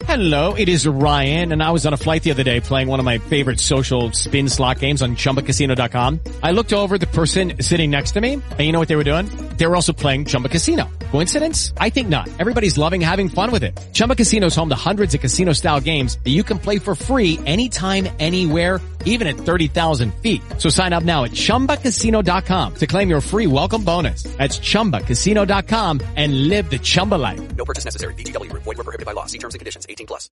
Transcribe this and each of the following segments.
Hello, it is Ryan, and I was on a flight the other day playing one of my favorite social spin slot games on ChumbaCasino.com. I looked over the person sitting next to me, and you know what they were doing? They were also playing Chumba Casino. Coincidence? I think not. Everybody's loving having fun with it. Chumba Casino is home to hundreds of casino-style games that you can play for free anytime, anywhere, even at 30,000 feet. So sign up now at ChumbaCasino.com to claim your free welcome bonus. That's ChumbaCasino.com and live the Chumba life. No purchase necessary. VGW. Void where prohibited by law. See terms and conditions. 18+.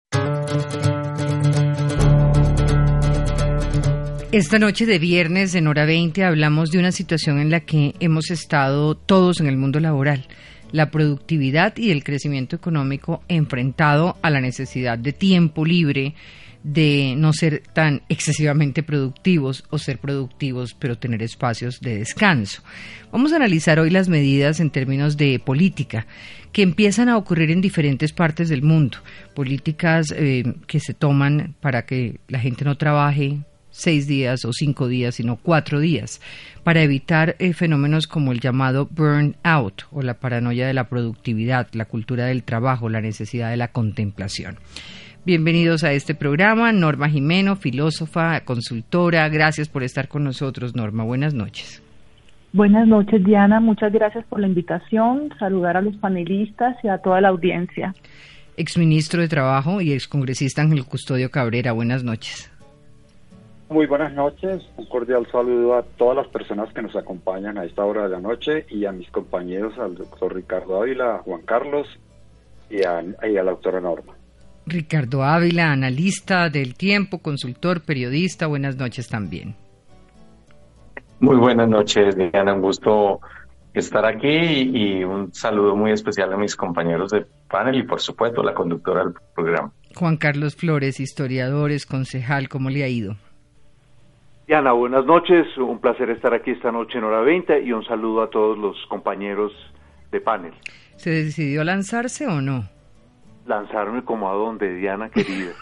Esta noche de viernes, en Hora 20, hablamos de una situación en la que hemos estado todos en el mundo laboral. La productividad y el crecimiento económico enfrentado a la necesidad de tiempo libre, de no ser tan excesivamente productivos o ser productivos pero tener espacios de descanso. Vamos a analizar hoy las medidas en términos de política que empiezan a ocurrir en diferentes partes del mundo. Políticas que se toman para que la gente no trabaje 6 días o 5 días, sino 4 días, para evitar fenómenos como el llamado burnout o la paranoia de la productividad, la cultura del trabajo, la necesidad de la contemplación. Bienvenidos a este programa, Norma Jimeno, filósofa, consultora. Gracias por estar con nosotros, Norma. Buenas noches. Buenas noches, Diana. Muchas gracias por la invitación. Saludar a los panelistas y a toda la audiencia. Exministro de Trabajo y excongresista Ángel Custodio Cabrera. Buenas noches. Muy buenas noches, un cordial saludo a todas las personas que nos acompañan a esta hora de la noche y a mis compañeros, al doctor Ricardo Ávila, a Juan Carlos y a la doctora Norma. Ricardo Ávila, analista del tiempo, consultor, periodista, buenas noches también. Muy buenas noches, Diana, un gusto estar aquí y un saludo muy especial a mis compañeros de panel y por supuesto la conductora del programa. Juan Carlos Flores, historiador, concejal, ¿cómo le ha ido? Diana, buenas noches, un placer estar aquí esta noche en Hora 20 y un saludo a todos los compañeros de panel. ¿Se decidió lanzarse o no? Lanzarme como a dónde, Diana querida.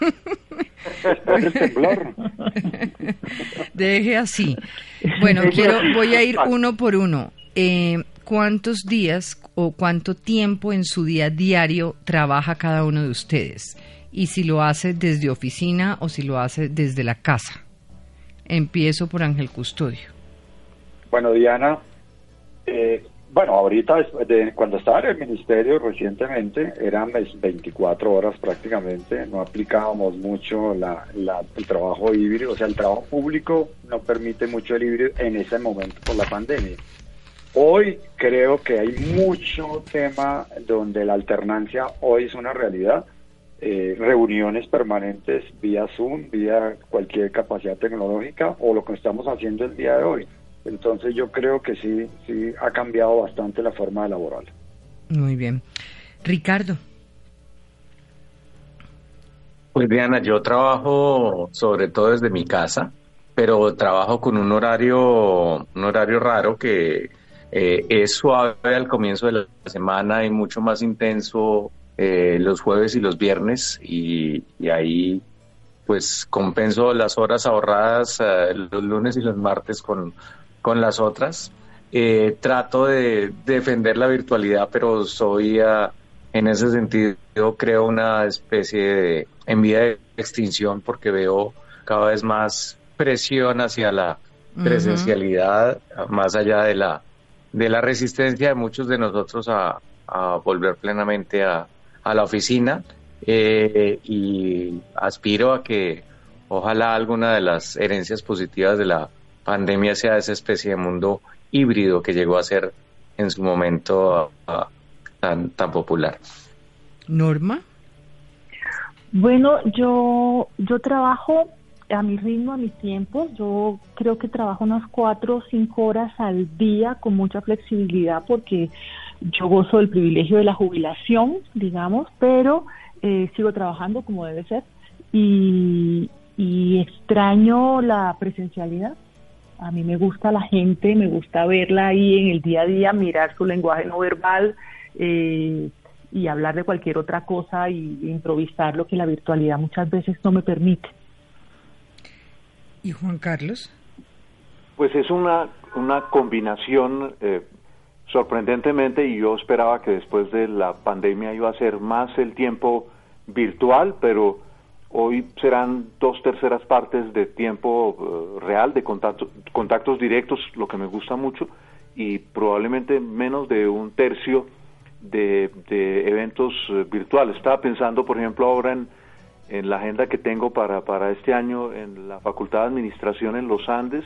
Deje así. Bueno, voy a ir uno por uno. ¿Cuántos días o cuánto tiempo en su día diario trabaja cada uno de ustedes? Y si lo hace desde oficina o si lo hace desde la casa. Empiezo por Ángel Custodio. Bueno, Diana, ahorita cuando estaba en el ministerio recientemente eran 24 horas prácticamente, no aplicábamos mucho el trabajo híbrido, o sea, el trabajo público no permite mucho el híbrido en ese momento por la pandemia. Hoy creo que hay mucho tema donde la alternancia hoy es una realidad. Reuniones permanentes vía Zoom, vía cualquier capacidad tecnológica o lo que estamos haciendo el día de hoy. Entonces yo creo que sí ha cambiado bastante la forma de laboral. Muy bien. Ricardo. Pues Diana, yo trabajo sobre todo desde mi casa, pero trabajo con un horario raro que es suave al comienzo de la semana y mucho más intenso los jueves y los viernes y ahí pues compenso las horas ahorradas los lunes y los martes con las otras. Trato de defender la virtualidad, pero soy en ese sentido creo una especie de en vía de extinción porque veo cada vez más presión hacia la presencialidad, más allá de la resistencia de muchos de nosotros a volver plenamente a la oficina, y aspiro a que ojalá alguna de las herencias positivas de la pandemia sea esa especie de mundo híbrido que llegó a ser en su momento tan popular. Norma. Bueno, yo trabajo a mi ritmo, a mis tiempos. Yo creo que trabajo unas 4 o 5 horas al día con mucha flexibilidad porque yo gozo del privilegio de la jubilación, digamos, pero sigo trabajando como debe ser y extraño la presencialidad. A mí me gusta la gente, me gusta verla ahí en el día a día, mirar su lenguaje no verbal y hablar de cualquier otra cosa y improvisar lo que la virtualidad muchas veces no me permite. ¿Y Juan Carlos? Pues es una combinación sorprendentemente, y yo esperaba que después de la pandemia iba a ser más el tiempo virtual, pero hoy serán 2/3 partes de tiempo real, de contactos directos, lo que me gusta mucho, y probablemente menos de 1/3 de eventos virtuales. Estaba pensando, por ejemplo, ahora en la agenda que tengo para este año en la Facultad de Administración en los Andes,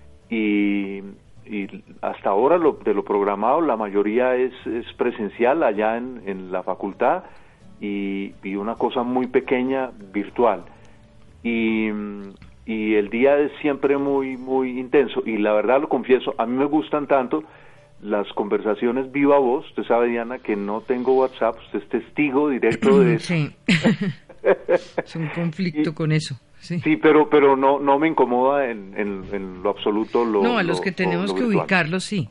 y hasta ahora de lo programado la mayoría es presencial allá en la facultad, y una cosa muy pequeña virtual, y el día es siempre muy muy intenso, y la verdad lo confieso, a mí me gustan tanto las conversaciones viva voz. Usted sabe, Diana, que no tengo WhatsApp, usted es testigo directo de eso. Sí. Es un conflicto con eso. Sí, pero no me incomoda en lo absoluto. A los que tenemos que ubicarlos, sí.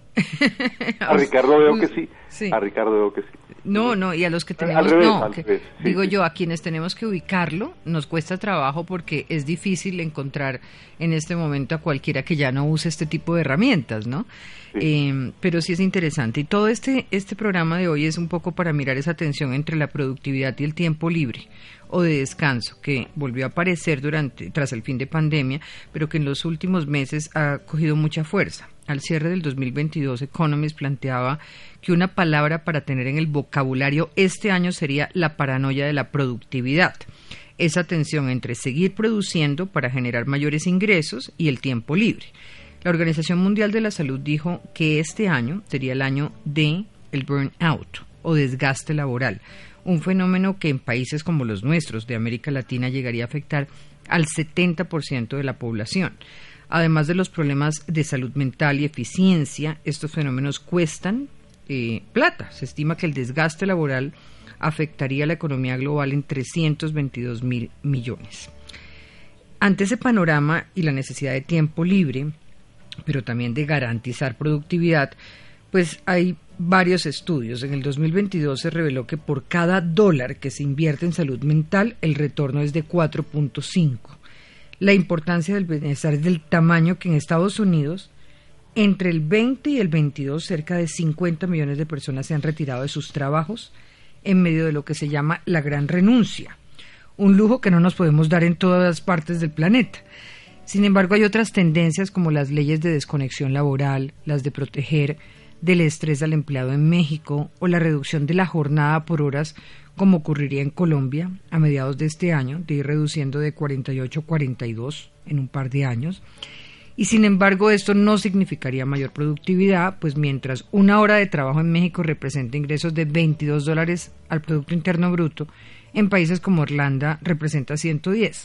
A Ricardo veo que sí. Sí. A Ricardo veo que sí. No, y a los que tenemos, al revés, digo yo, a quienes tenemos que ubicarlo, nos cuesta trabajo porque es difícil encontrar en este momento a cualquiera que ya no use este tipo de herramientas, ¿no? Sí. Pero sí es interesante. Y todo este programa de hoy es un poco para mirar esa tensión entre la productividad y el tiempo libre o de descanso, que volvió a aparecer tras el fin de pandemia, pero que en los últimos meses ha cogido mucha fuerza. Al cierre del 2022, Economist planteaba que una palabra para tener en el vocabulario este año sería la paranoia de la productividad. Esa tensión entre seguir produciendo para generar mayores ingresos y el tiempo libre. La Organización Mundial de la Salud dijo que este año sería el año de el burnout o desgaste laboral, un fenómeno que en países como los nuestros de América Latina llegaría a afectar al 70% de la población. Además de los problemas de salud mental y eficiencia, estos fenómenos cuestan plata. Se estima que el desgaste laboral afectaría a la economía global en 322.000 millones. Ante ese panorama y la necesidad de tiempo libre, pero también de garantizar productividad, pues hay varios estudios. En el 2022 se reveló que por cada $1 que se invierte en salud mental, el retorno es de 4.5. La importancia del bienestar es del tamaño que en Estados Unidos, entre el 20 y el 22, cerca de 50 millones de personas se han retirado de sus trabajos en medio de lo que se llama la gran renuncia, un lujo que no nos podemos dar en todas las partes del planeta. Sin embargo, hay otras tendencias como las leyes de desconexión laboral, las de proteger del estrés al empleado en México o la reducción de la jornada por horas, como ocurriría en Colombia a mediados de este año, de ir reduciendo de 48 a 42 en un par de años. Y sin embargo, esto no significaría mayor productividad, pues mientras una hora de trabajo en México representa ingresos de $22 al Producto Interno Bruto, en países como Irlanda representa 110.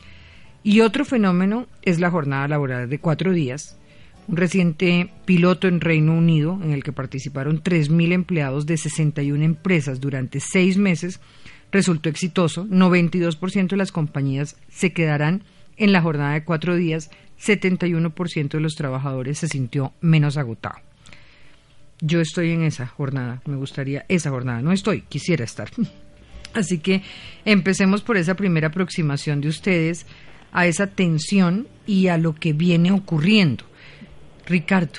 Y otro fenómeno es la jornada laboral de 4 días, un reciente piloto en Reino Unido en el que participaron 3.000 empleados de 61 empresas durante 6 meses, resultó exitoso. 92% de las compañías se quedarán en la jornada de 4 días, 71% de los trabajadores se sintió menos agotado. Yo estoy en esa jornada, me gustaría esa jornada, no estoy, quisiera estar. Así que empecemos por esa primera aproximación de ustedes a esa tensión y a lo que viene ocurriendo. Ricardo.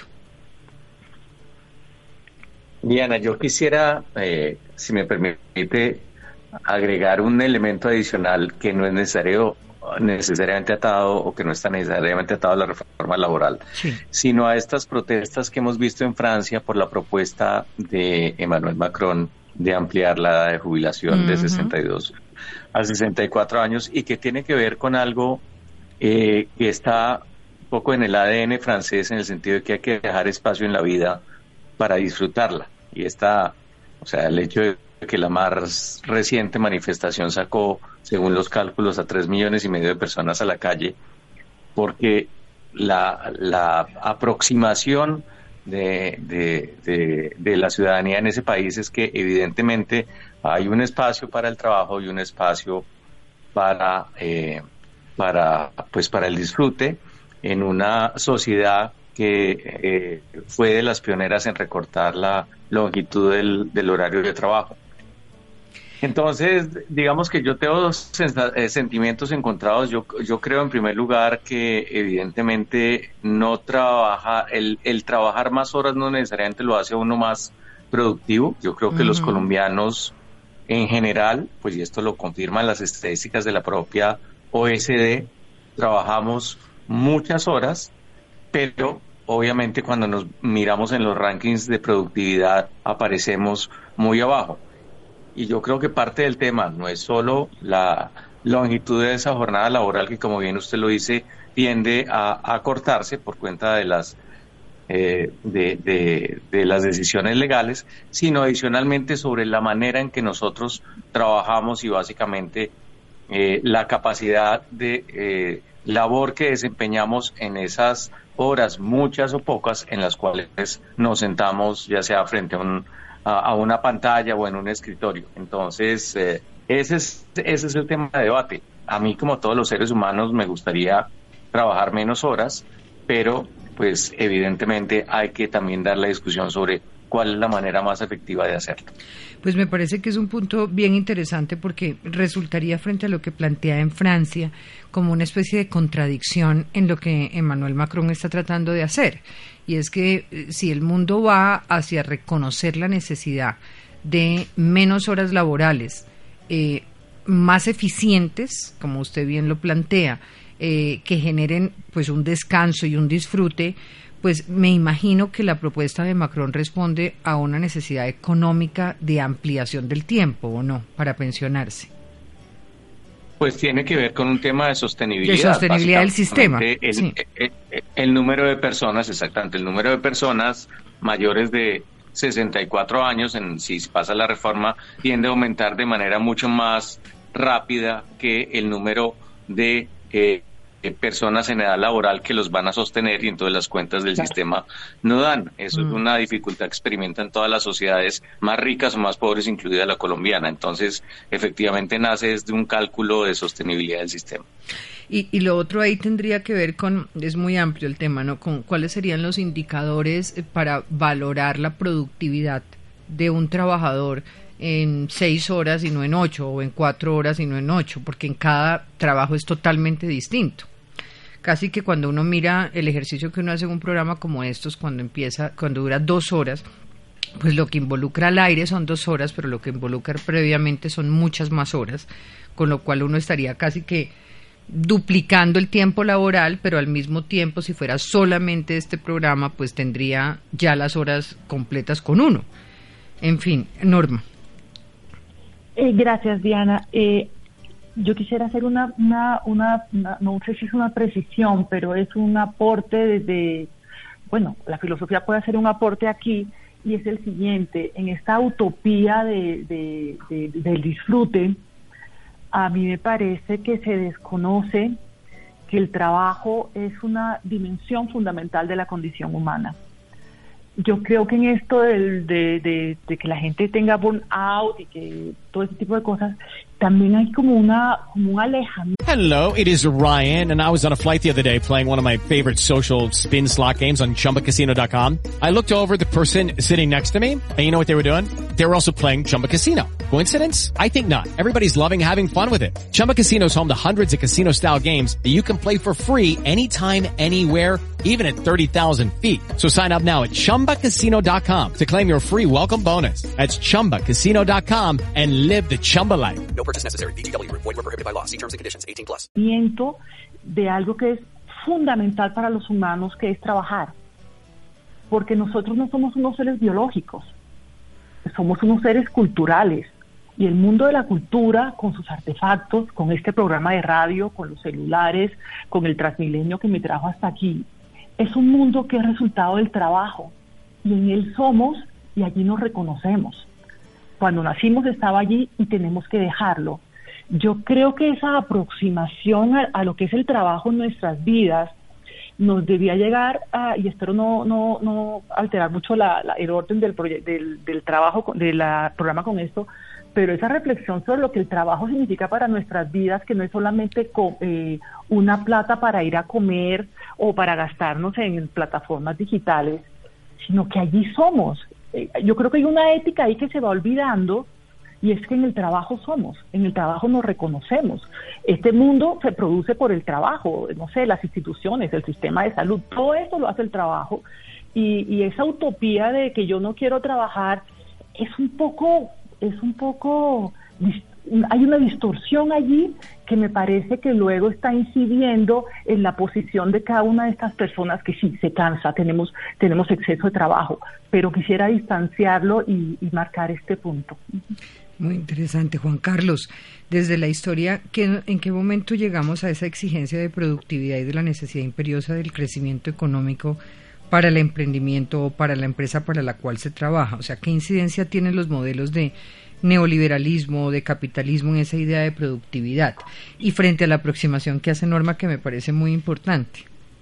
Diana, yo quisiera, si me permite, agregar un elemento adicional que no es necesariamente atado o que no está necesariamente atado a la reforma laboral, sí, sino a estas protestas que hemos visto en Francia por la propuesta de Emmanuel Macron de ampliar la edad de jubilación de 62 a 64 años y que tiene que ver con algo que está un poco en el ADN francés, en el sentido de que hay que dejar espacio en la vida para disfrutarla. Y el hecho de que la más reciente manifestación sacó, según los cálculos, a 3,5 millones de personas a la calle, porque la aproximación de la ciudadanía en ese país es que evidentemente hay un espacio para el trabajo y un espacio para el disfrute en una sociedad que fue de las pioneras en recortar la longitud del horario de trabajo. Entonces, digamos que yo tengo dos sentimientos encontrados. Yo creo, en primer lugar, que evidentemente el trabajar más horas no necesariamente lo hace a uno más productivo. Yo creo que los colombianos en general, pues y esto lo confirman las estadísticas de la propia OECD, trabajamos muchas horas, pero obviamente cuando nos miramos en los rankings de productividad aparecemos muy abajo. Y yo creo que parte del tema no es solo la longitud de esa jornada laboral, que como bien usted lo dice, tiende a acortarse por cuenta de las de las decisiones legales, sino adicionalmente sobre la manera en que nosotros trabajamos y básicamente la capacidad de labor que desempeñamos en esas horas, muchas o pocas, en las cuales nos sentamos ya sea frente a una pantalla o en un escritorio. Entonces, ese es el tema de debate. A mí, como todos los seres humanos, me gustaría trabajar menos horas, pero pues evidentemente hay que también dar la discusión sobre cuál es la manera más efectiva de hacerlo. Pues me parece que es un punto bien interesante porque resultaría frente a lo que plantea en Francia como una especie de contradicción en lo que Emmanuel Macron está tratando de hacer. Y es que si el mundo va hacia reconocer la necesidad de menos horas laborales, más eficientes, como usted bien lo plantea, que generen pues un descanso y un disfrute, pues me imagino que la propuesta de Macron responde a una necesidad económica de ampliación del tiempo, ¿o no?, para pensionarse. Pues tiene que ver con un tema de sostenibilidad. De sostenibilidad del sistema. El número de personas, exactamente, el número de personas mayores de 64 años, si pasa la reforma, tiende a aumentar de manera mucho más rápida que el número de personas en edad laboral que los van a sostener, y entonces las cuentas del sistema no dan. Eso es una dificultad que experimentan todas las sociedades más ricas o más pobres, incluida la colombiana. Entonces, efectivamente nace desde un cálculo de sostenibilidad del sistema. Y lo otro ahí tendría que ver con, es muy amplio el tema, ¿no?, con cuáles serían los indicadores para valorar la productividad de un trabajador en 6 horas y no en 8, o en 4 horas y no en 8, porque en cada trabajo es totalmente distinto. Casi que cuando uno mira el ejercicio que uno hace en un programa como estos, cuando dura 2 horas, pues lo que involucra al aire son 2 horas, pero lo que involucra previamente son muchas más horas, con lo cual uno estaría casi que duplicando el tiempo laboral, pero al mismo tiempo, si fuera solamente este programa, pues tendría ya las horas completas con uno. En fin, Norma. Gracias, Diana. Yo quisiera hacer una no sé si es una precisión, pero es un aporte desde, bueno, la filosofía puede hacer un aporte aquí, y es el siguiente: en esta utopía del disfrute, a mí me parece que se desconoce que el trabajo es una dimensión fundamental de la condición humana. Yo creo que en esto de que la gente tenga burnout y que todo ese tipo de cosas, también hay como un alejamiento. Hello, it is Ryan, and I was on a flight the other day playing one of my favorite social spin slot games on ChumbaCasino.com. I looked over the person sitting next to me, and you know what they were doing? They were also playing Chumba Casino. Coincidence? I think not. Everybody's loving having fun with it. Chumba Casino is home to hundreds of casino-style games that you can play for free anytime, anywhere, even at 30,000 feet. So sign up now at ChumbaCasino.com to claim your free welcome bonus. That's ChumbaCasino.com and live the Chumba life. No purchase necessary. VGW. Void where prohibited by law. See terms and conditions. 18+. De algo que es fundamental para los humanos, que es trabajar. Porque nosotros no somos unos seres biológicos, somos unos seres culturales. Y el mundo de la cultura, con sus artefactos, con este programa de radio, con los celulares, con el Transmilenio que me trajo hasta aquí, es un mundo que es resultado del trabajo. Y en él somos, y allí nos reconocemos. Cuando nacimos estaba allí y tenemos que dejarlo. Yo creo que esa aproximación a lo que es el trabajo en nuestras vidas nos debía llegar a, y espero no alterar mucho el orden del trabajo, del programa con esto, pero esa reflexión sobre lo que el trabajo significa para nuestras vidas, que no es solamente una plata para ir a comer o para gastarnos en plataformas digitales, sino que allí somos. Yo creo que hay una ética ahí que se va olvidando, y es que en el trabajo somos, en el trabajo nos reconocemos. Este mundo se produce por el trabajo, no sé, las instituciones, el sistema de salud, todo esto lo hace el trabajo, y esa utopía de que yo no quiero trabajar es un poco es un poco, hay una distorsión allí que me parece que luego está incidiendo en la posición de cada una de estas personas que sí, se cansa, tenemos exceso de trabajo, pero quisiera distanciarlo y marcar este punto. Muy interesante, Juan Carlos. Desde la historia, ¿en qué momento llegamos a esa exigencia de productividad y de la necesidad imperiosa del crecimiento económico para el emprendimiento o para la empresa para la cual se trabaja? O sea, ¿qué incidencia tienen los modelos de neoliberalismo o de capitalismo en esa idea de productividad? Y frente a la aproximación que hace Norma, que me parece muy importante.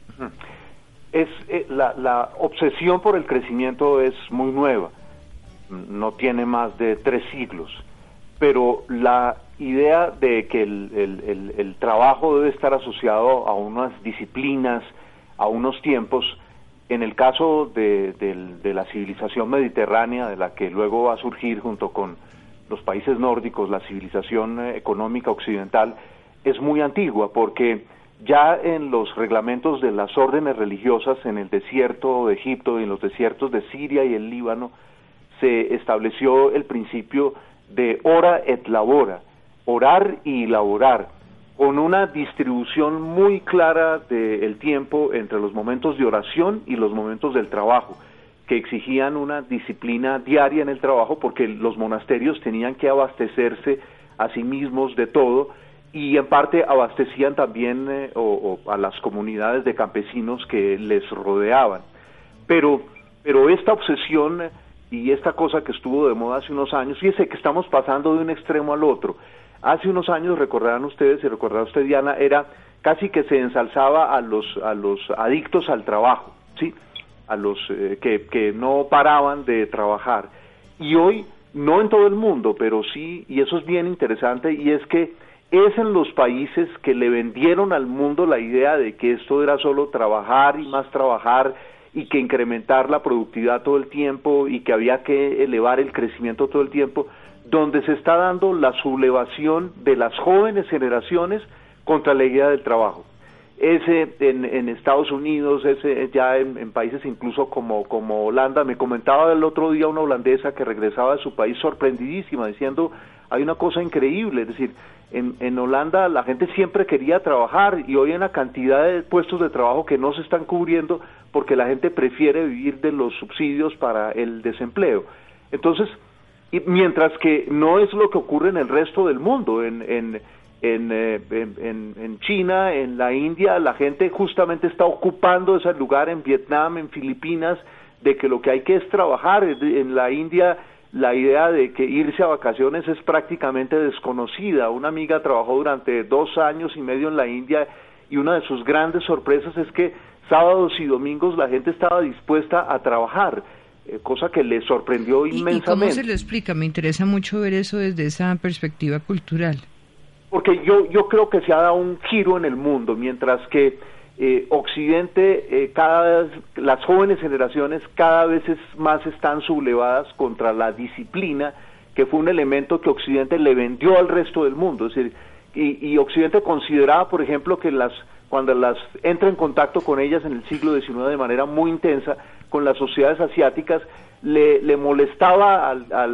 La obsesión por el crecimiento es muy nueva, no tiene más de 3 siglos, pero la idea de que el trabajo debe estar asociado a unas disciplinas, a unos tiempos, en el caso de la civilización mediterránea, de la que luego va a surgir junto con los países nórdicos, la civilización económica occidental, es muy antigua, porque ya en los reglamentos de las órdenes religiosas en el desierto de Egipto y en los desiertos de Siria y el Líbano, se estableció el principio de ora et labora, orar y laborar, con una distribución muy clara del tiempo entre los momentos de oración y los momentos del trabajo, que exigían una disciplina diaria en el trabajo, porque los monasterios tenían que abastecerse a sí mismos de todo, y en parte abastecían también a las comunidades de campesinos que les rodeaban. Pero esta obsesión y esta cosa que estuvo de moda hace unos años, fíjese que estamos pasando de un extremo al otro. Hace unos años, recordarán ustedes, y recordará usted, Diana, era casi que se ensalzaba a los adictos al trabajo, ¿sí? A los que no paraban de trabajar. Y hoy, no en todo el mundo, pero sí, y eso es bien interesante, y es que es en los países que le vendieron al mundo la idea de que esto era solo trabajar y más trabajar, y que incrementar la productividad todo el tiempo, y que había que elevar el crecimiento todo el tiempo, donde se está dando la sublevación de las jóvenes generaciones contra la idea del trabajo. En Estados Unidos, ya en países incluso como Holanda. Me comentaba el otro día una holandesa que regresaba de su país sorprendidísima, diciendo, hay una cosa increíble, es decir, en Holanda la gente siempre quería trabajar, y hoy hay una cantidad de puestos de trabajo que no se están cubriendo porque la gente prefiere vivir de los subsidios para el desempleo. Entonces, mientras que no es lo que ocurre en el resto del mundo, en China, en la India, la gente justamente está ocupando ese lugar, en Vietnam, en Filipinas, de que lo que hay que es trabajar. En la India, la idea de que irse a vacaciones es prácticamente desconocida. Una amiga trabajó durante 2 años y medio en la India, y una de sus grandes sorpresas es que sábados y domingos la gente estaba dispuesta a trabajar, cosa que le sorprendió inmensamente. ¿Y cómo se lo explica? Me interesa mucho ver eso desde esa perspectiva cultural. Porque yo creo que se ha dado un giro en el mundo, mientras que Occidente, cada vez las jóvenes generaciones cada vez más están sublevadas contra la disciplina, que fue un elemento que Occidente le vendió al resto del mundo. Es decir, y Occidente consideraba, por ejemplo, que cuando las entra en contacto con ellas en el siglo XIX de manera muy intensa, con las sociedades asiáticas, le molestaba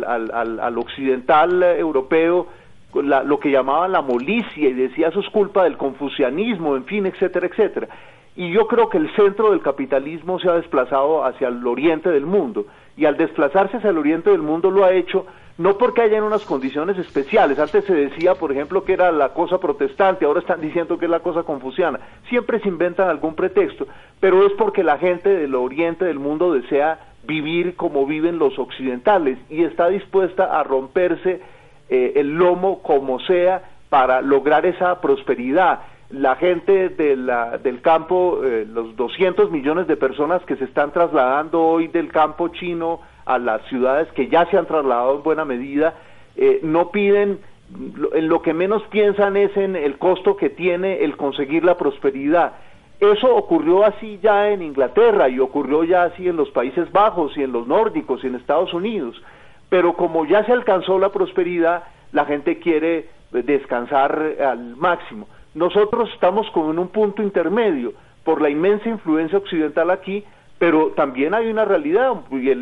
al occidental europeo lo que llamaban la molicie, y decía eso es culpa del confucianismo, en fin, etcétera, etcétera. Y yo creo que el centro del capitalismo se ha desplazado hacia el oriente del mundo, y al desplazarse hacia el oriente del mundo lo ha hecho no porque hayan unas condiciones especiales. Antes se decía, por ejemplo, que era la cosa protestante, ahora están diciendo que es la cosa confuciana. Siempre se inventan algún pretexto, pero es porque la gente del oriente del mundo desea vivir como viven los occidentales, y está dispuesta a romperse el lomo como sea para lograr esa prosperidad. La gente del campo, los 200 millones de personas que se están trasladando hoy del campo chino a las ciudades, que ya se han trasladado en buena medida, no piden, en lo que menos piensan es en el costo que tiene el conseguir la prosperidad. Eso ocurrió así ya en Inglaterra, y ocurrió ya así en los Países Bajos y en los nórdicos y en Estados Unidos. Pero como ya se alcanzó la prosperidad, la gente quiere descansar al máximo. Nosotros estamos como en un punto intermedio, por la inmensa influencia occidental aquí, pero también hay una realidad,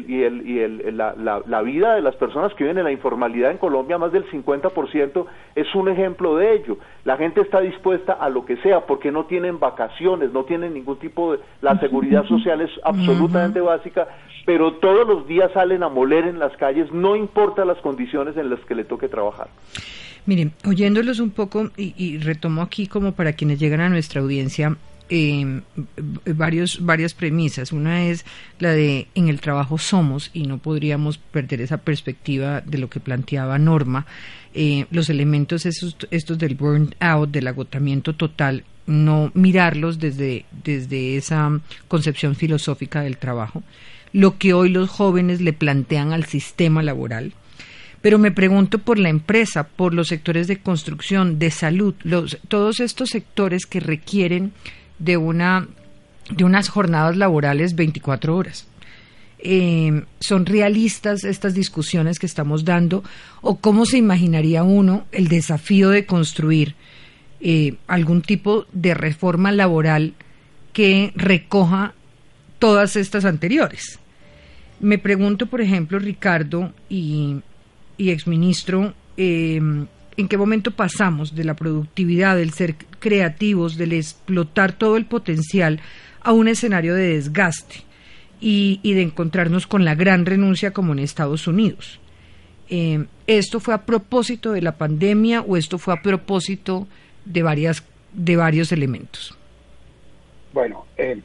la vida de las personas que viven en la informalidad en Colombia, más del 50% es un ejemplo de ello. La gente está dispuesta a lo que sea porque no tienen vacaciones, no tienen ningún tipo de... La seguridad social es absolutamente básica, pero todos los días salen a moler en las calles, no importa las condiciones en las que le toque trabajar. Miren, oyéndolos un poco, y retomo aquí como para quienes llegan a nuestra audiencia, varias premisas. Una es la de en el trabajo somos, y no podríamos perder esa perspectiva de lo que planteaba Norma, los elementos estos del burnout, del agotamiento total, no mirarlos desde esa concepción filosófica del trabajo, lo que hoy los jóvenes le plantean al sistema laboral. Pero me pregunto por la empresa, por los sectores de construcción, de salud, todos estos sectores que requieren de unas jornadas laborales 24 horas. ¿Son realistas estas discusiones que estamos dando? ¿O cómo se imaginaría uno el desafío de construir algún tipo de reforma laboral que recoja todas estas anteriores? Me pregunto, por ejemplo, Ricardo y exministro, ¿en qué momento pasamos de la productividad, del ser creativos, del explotar todo el potencial, a un escenario de desgaste y de encontrarnos con la gran renuncia como en Estados Unidos? ¿Esto fue a propósito de la pandemia o esto fue a propósito de varios elementos? Bueno,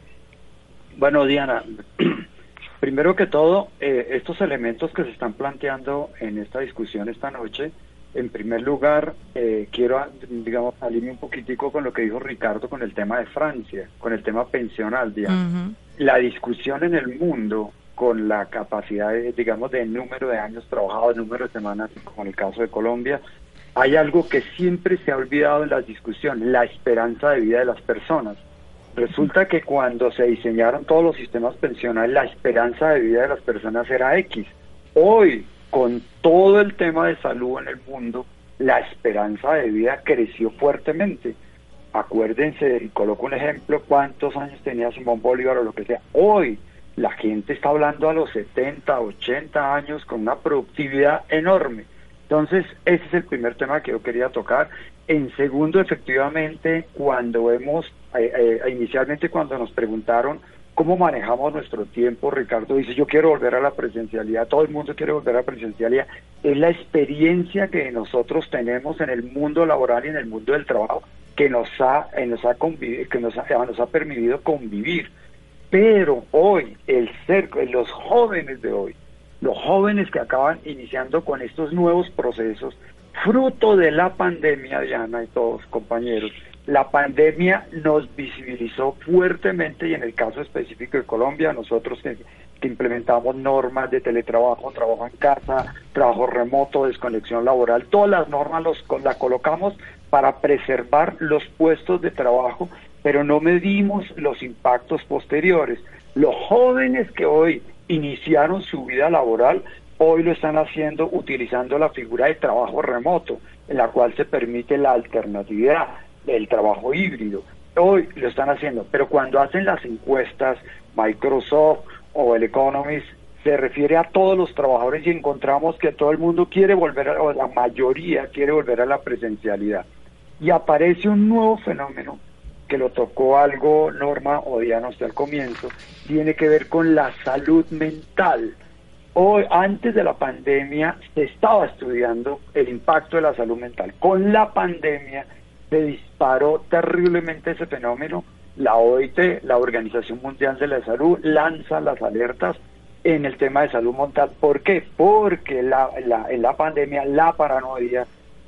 Diana, primero que todo, estos elementos que se están planteando en esta discusión esta noche, en primer lugar, quiero, salirme un poquitico con lo que dijo Ricardo con el tema de Francia, con el tema pensional, Diana. La discusión en el mundo con la capacidad, de número de años trabajados, número de semanas, como en el caso de Colombia, hay algo que siempre se ha olvidado en las discusiones, la esperanza de vida de las personas. Resulta que cuando se diseñaron todos los sistemas pensionales, la esperanza de vida de las personas era X. Hoy, con todo el tema de salud en el mundo, la esperanza de vida creció fuertemente. Acuérdense, y coloco un ejemplo, cuántos años tenía Simón Bolívar o lo que sea. Hoy la gente está hablando a los 70, 80 años con una productividad enorme. Entonces, ese es el primer tema que yo quería tocar. En segundo, efectivamente, inicialmente cuando nos preguntaron cómo manejamos nuestro tiempo, Ricardo dice, yo quiero volver a la presencialidad, todo el mundo quiere volver a la presencialidad. Es la experiencia que nosotros tenemos en el mundo laboral y en el mundo del trabajo que nos ha permitido convivir. Pero hoy, los jóvenes de hoy, los jóvenes que acaban iniciando con estos nuevos procesos, fruto de la pandemia, Diana y todos compañeros, la pandemia nos visibilizó fuertemente, y en el caso específico de Colombia, nosotros que implementamos normas de teletrabajo, trabajo en casa, trabajo remoto, desconexión laboral, todas las normas las colocamos para preservar los puestos de trabajo, pero no medimos los impactos posteriores. Los jóvenes que hoy iniciaron su vida laboral, hoy lo están haciendo utilizando la figura de trabajo remoto, en la cual se permite la alternatividad, el trabajo híbrido. Hoy lo están haciendo, pero cuando hacen las encuestas, Microsoft o el Economist, se refiere a todos los trabajadores y encontramos que todo el mundo quiere volver, o la mayoría quiere volver a la presencialidad. Y aparece un nuevo fenómeno que lo tocó algo Norma o Diana hasta el comienzo, tiene que ver con la salud mental. Hoy, antes de la pandemia, se estaba estudiando el impacto de la salud mental. Con la pandemia se disparó terriblemente ese fenómeno. La OIT, la Organización Mundial de la Salud, lanza las alertas en el tema de salud mental. ¿Por qué? Porque en la pandemia, la paranoia,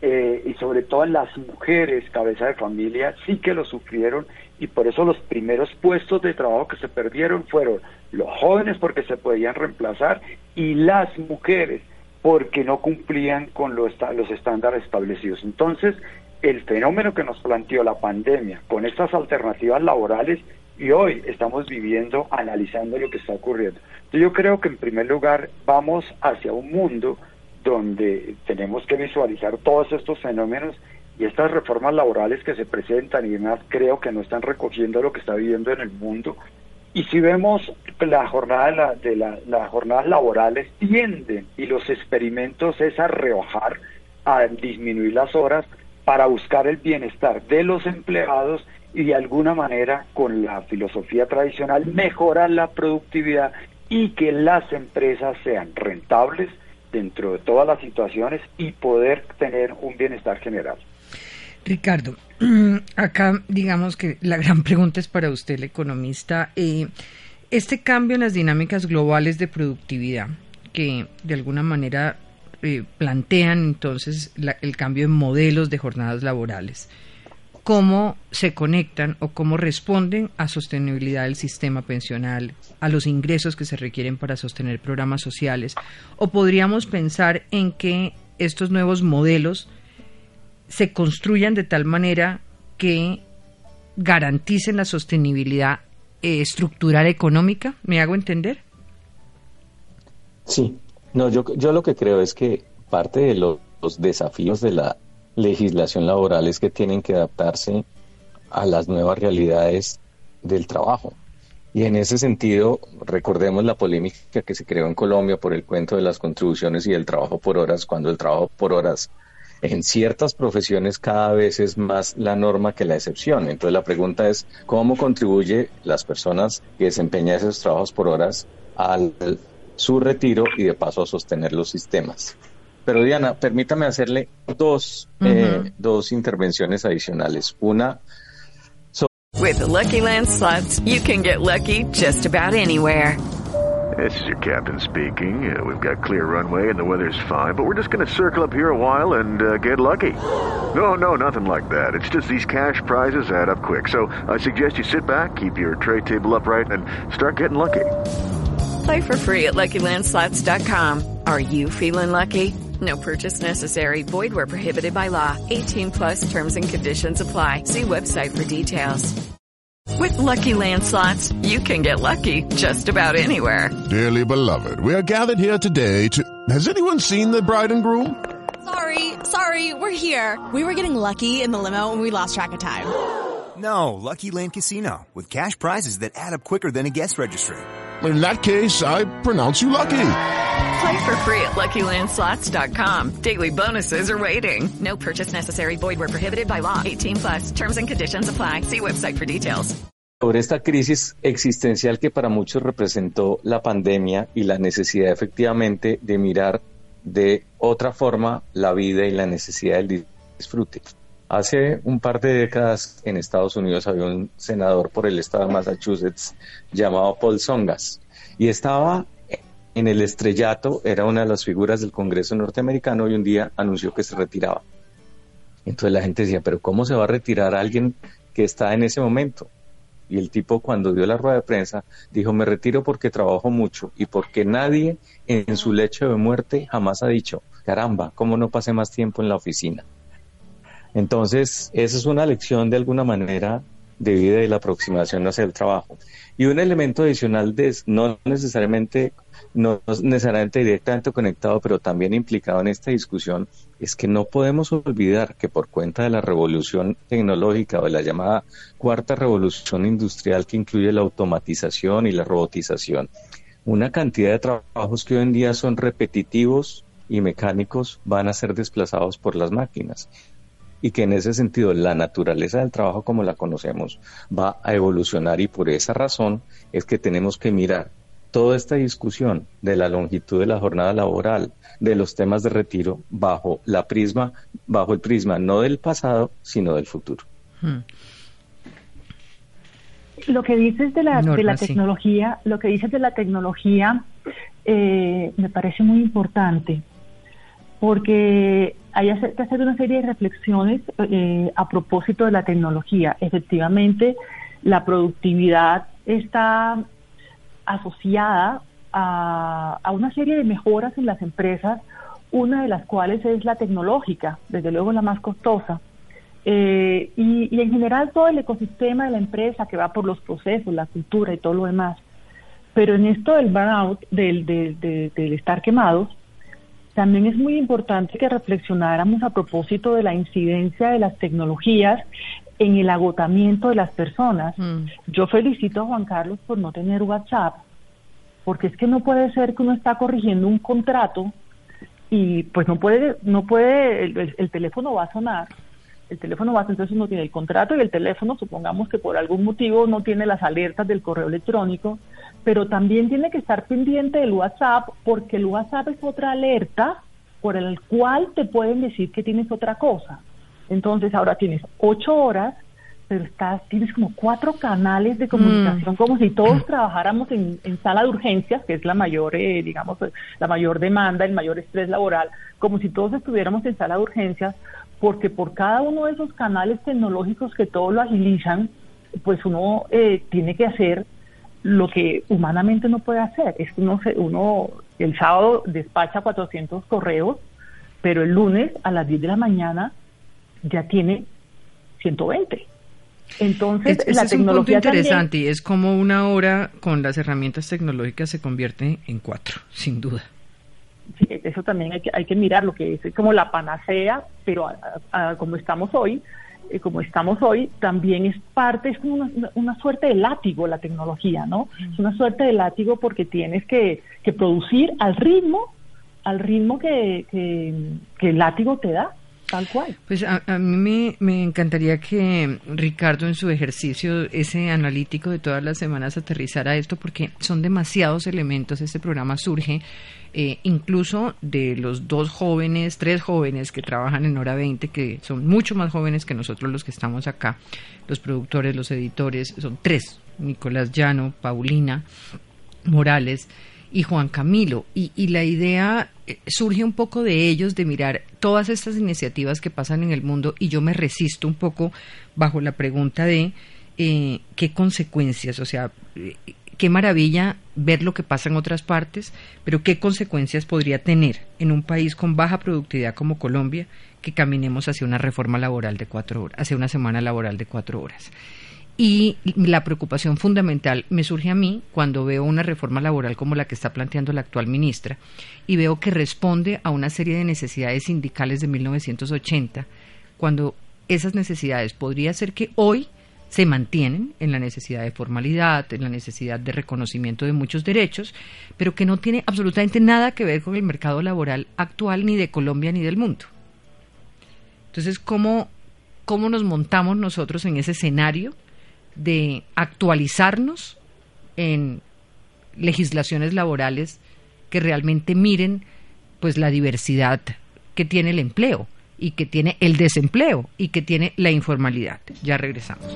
y sobre todo en las mujeres cabeza de familia, sí que lo sufrieron, y por eso los primeros puestos de trabajo que se perdieron fueron los jóvenes, porque se podían reemplazar, y las mujeres porque no cumplían con los estándares establecidos. Entonces, el fenómeno que nos planteó la pandemia con estas alternativas laborales, y hoy estamos viviendo, analizando lo que está ocurriendo. Entonces, yo creo que en primer lugar vamos hacia un mundo donde tenemos que visualizar todos estos fenómenos, y estas reformas laborales que se presentan y demás, creo que no están recogiendo lo que está viviendo en el mundo. Y si vemos la jornada las jornadas laborales tienden, y los experimentos es a rebajar, a disminuir las horas para buscar el bienestar de los empleados y de alguna manera, con la filosofía tradicional, mejorar la productividad y que las empresas sean rentables dentro de todas las situaciones y poder tener un bienestar general. Ricardo, acá digamos que la gran pregunta es para usted, el economista. Este cambio en las dinámicas globales de productividad, que de alguna manera plantean entonces el cambio en modelos de jornadas laborales, ¿cómo se conectan o cómo responden a sostenibilidad del sistema pensional, a los ingresos que se requieren para sostener programas sociales? ¿O podríamos pensar en que estos nuevos modelos se construyan de tal manera que garanticen la sostenibilidad estructural económica? ¿Me hago entender? Sí, no, yo lo que creo es que parte de los desafíos de la legislación laboral es que tienen que adaptarse a las nuevas realidades del trabajo. Y en ese sentido, recordemos la polémica que se creó en Colombia por el cuento de las contribuciones y el trabajo por horas, cuando el trabajo por horas en ciertas profesiones cada vez es más la norma que la excepción. Entonces la pregunta es, ¿cómo contribuye las personas que desempeñan esos trabajos por horas a su retiro y de paso a sostener los sistemas? Pero Diana, permítame hacerle dos intervenciones adicionales. Una, With the Lucky Land Slots, you can get lucky just about anywhere. This is your captain speaking. We've got clear runway and the weather's fine, but we're just going to circle up here a while and get lucky. No, nothing like that. It's just these cash prizes add up quick. So I suggest you sit back, keep your tray table upright, and start getting lucky. Play for free at LuckyLandSlots.com. Are you feeling lucky? No purchase necessary. Void where prohibited by law. 18 plus terms and conditions apply. See website for details. With Lucky Land Slots, you can get lucky just about anywhere. Dearly beloved, we are gathered here today to... Has anyone seen the bride and groom? Sorry, we're here. We were getting lucky in the limo and we lost track of time. No, Lucky Land Casino, with cash prizes that add up quicker than a guest registry. In that case, I pronounce you lucky. Play for free at LuckyLandSlots.com. Daily bonuses are waiting. No purchase necessary. Void where prohibited by law. 18 plus. Terms and conditions apply. See website for details. Sobre esta crisis existencial que para muchos representó la pandemia y la necesidad efectivamente de mirar de otra forma la vida y la necesidad del disfrute. Hace un par de décadas en Estados Unidos había un senador por el estado de Massachusetts llamado Paul Tsongas y estaba en el estrellato, era una de las figuras del Congreso norteamericano y un día anunció que se retiraba. Entonces la gente decía, pero ¿cómo se va a retirar alguien que está en ese momento? Y el tipo, cuando dio la rueda de prensa, dijo, me retiro porque trabajo mucho y porque nadie en su lecho de muerte jamás ha dicho, caramba, ¿cómo no pasé más tiempo en la oficina? Entonces, esa es una lección de alguna manera de vida y la aproximación hacia el trabajo. Y un elemento adicional no necesariamente directamente conectado, pero también implicado en esta discusión, es que no podemos olvidar que por cuenta de la revolución tecnológica o de la llamada cuarta revolución industrial que incluye la automatización y la robotización, una cantidad de trabajos que hoy en día son repetitivos y mecánicos van a ser desplazados por las máquinas. Y que en ese sentido la naturaleza del trabajo como la conocemos va a evolucionar y por esa razón es que tenemos que mirar toda esta discusión de la longitud de la jornada laboral, de los temas de retiro, bajo el prisma no del pasado, sino del futuro. Lo que dices de la tecnología, me parece muy importante, porque hay que hacer una serie de reflexiones a propósito de la tecnología. Efectivamente, la productividad está asociada a una serie de mejoras en las empresas, una de las cuales es la tecnológica, desde luego la más costosa. Y en general todo el ecosistema de la empresa que va por los procesos, la cultura y todo lo demás. Pero en esto del burnout, del estar quemados, también es muy importante que reflexionáramos a propósito de la incidencia de las tecnologías en el agotamiento de las personas. Yo felicito a Juan Carlos por no tener WhatsApp, porque es que no puede ser que uno está corrigiendo un contrato y pues no puede, el teléfono va a sonar, entonces uno tiene el contrato y el teléfono, supongamos que por algún motivo no tiene las alertas del correo electrónico, pero también tiene que estar pendiente del WhatsApp, porque el WhatsApp es otra alerta por el cual te pueden decir que tienes otra cosa. Entonces ahora tienes 8 horas, pero tienes como 4 canales de comunicación, como si todos trabajáramos en sala de urgencias, que es la mayor, la mayor demanda, el mayor estrés laboral, como si todos estuviéramos en sala de urgencias, porque por cada uno de esos canales tecnológicos que todos lo agilizan, pues uno tiene que hacer lo que humanamente no puede hacer. Es que uno el sábado despacha 400 correos, pero el lunes a las 10 de la mañana ya tiene 120. Entonces, ese es un punto interesante, y es como una hora con las herramientas tecnológicas se convierte en 4, sin duda. Sí, eso también hay que mirar, lo que es como la panacea, pero como estamos hoy, también es parte, es como una suerte de látigo la tecnología, ¿no? Es una suerte de látigo porque tienes que producir al ritmo que el látigo te da. Tal cual. Pues a mí me encantaría que Ricardo, en su ejercicio ese analítico de todas las semanas, aterrizara esto, porque son demasiados elementos. Este programa surge incluso de los 3 jóvenes que trabajan en Hora 20, que son mucho más jóvenes que nosotros los que estamos acá, los productores, los editores, son 3, Nicolás Llano, Paulina Morales y Juan Camilo, y la idea surge un poco de ellos, de mirar todas estas iniciativas que pasan en el mundo, y yo me resisto un poco bajo la pregunta de qué consecuencias, o sea, qué maravilla ver lo que pasa en otras partes, pero qué consecuencias podría tener en un país con baja productividad como Colombia que caminemos hacia una reforma laboral de 4 horas, hacia una semana laboral de 4 horas. Y la preocupación fundamental me surge a mí cuando veo una reforma laboral como la que está planteando la actual ministra, y veo que responde a una serie de necesidades sindicales de 1980, cuando esas necesidades podría ser que hoy se mantienen en la necesidad de formalidad, en la necesidad de reconocimiento de muchos derechos, pero que no tiene absolutamente nada que ver con el mercado laboral actual, ni de Colombia ni del mundo. Entonces, ¿cómo nos montamos nosotros en ese escenario de actualizarnos en legislaciones laborales que realmente miren pues la diversidad que tiene el empleo, y que tiene el desempleo, y que tiene la informalidad? Ya regresamos.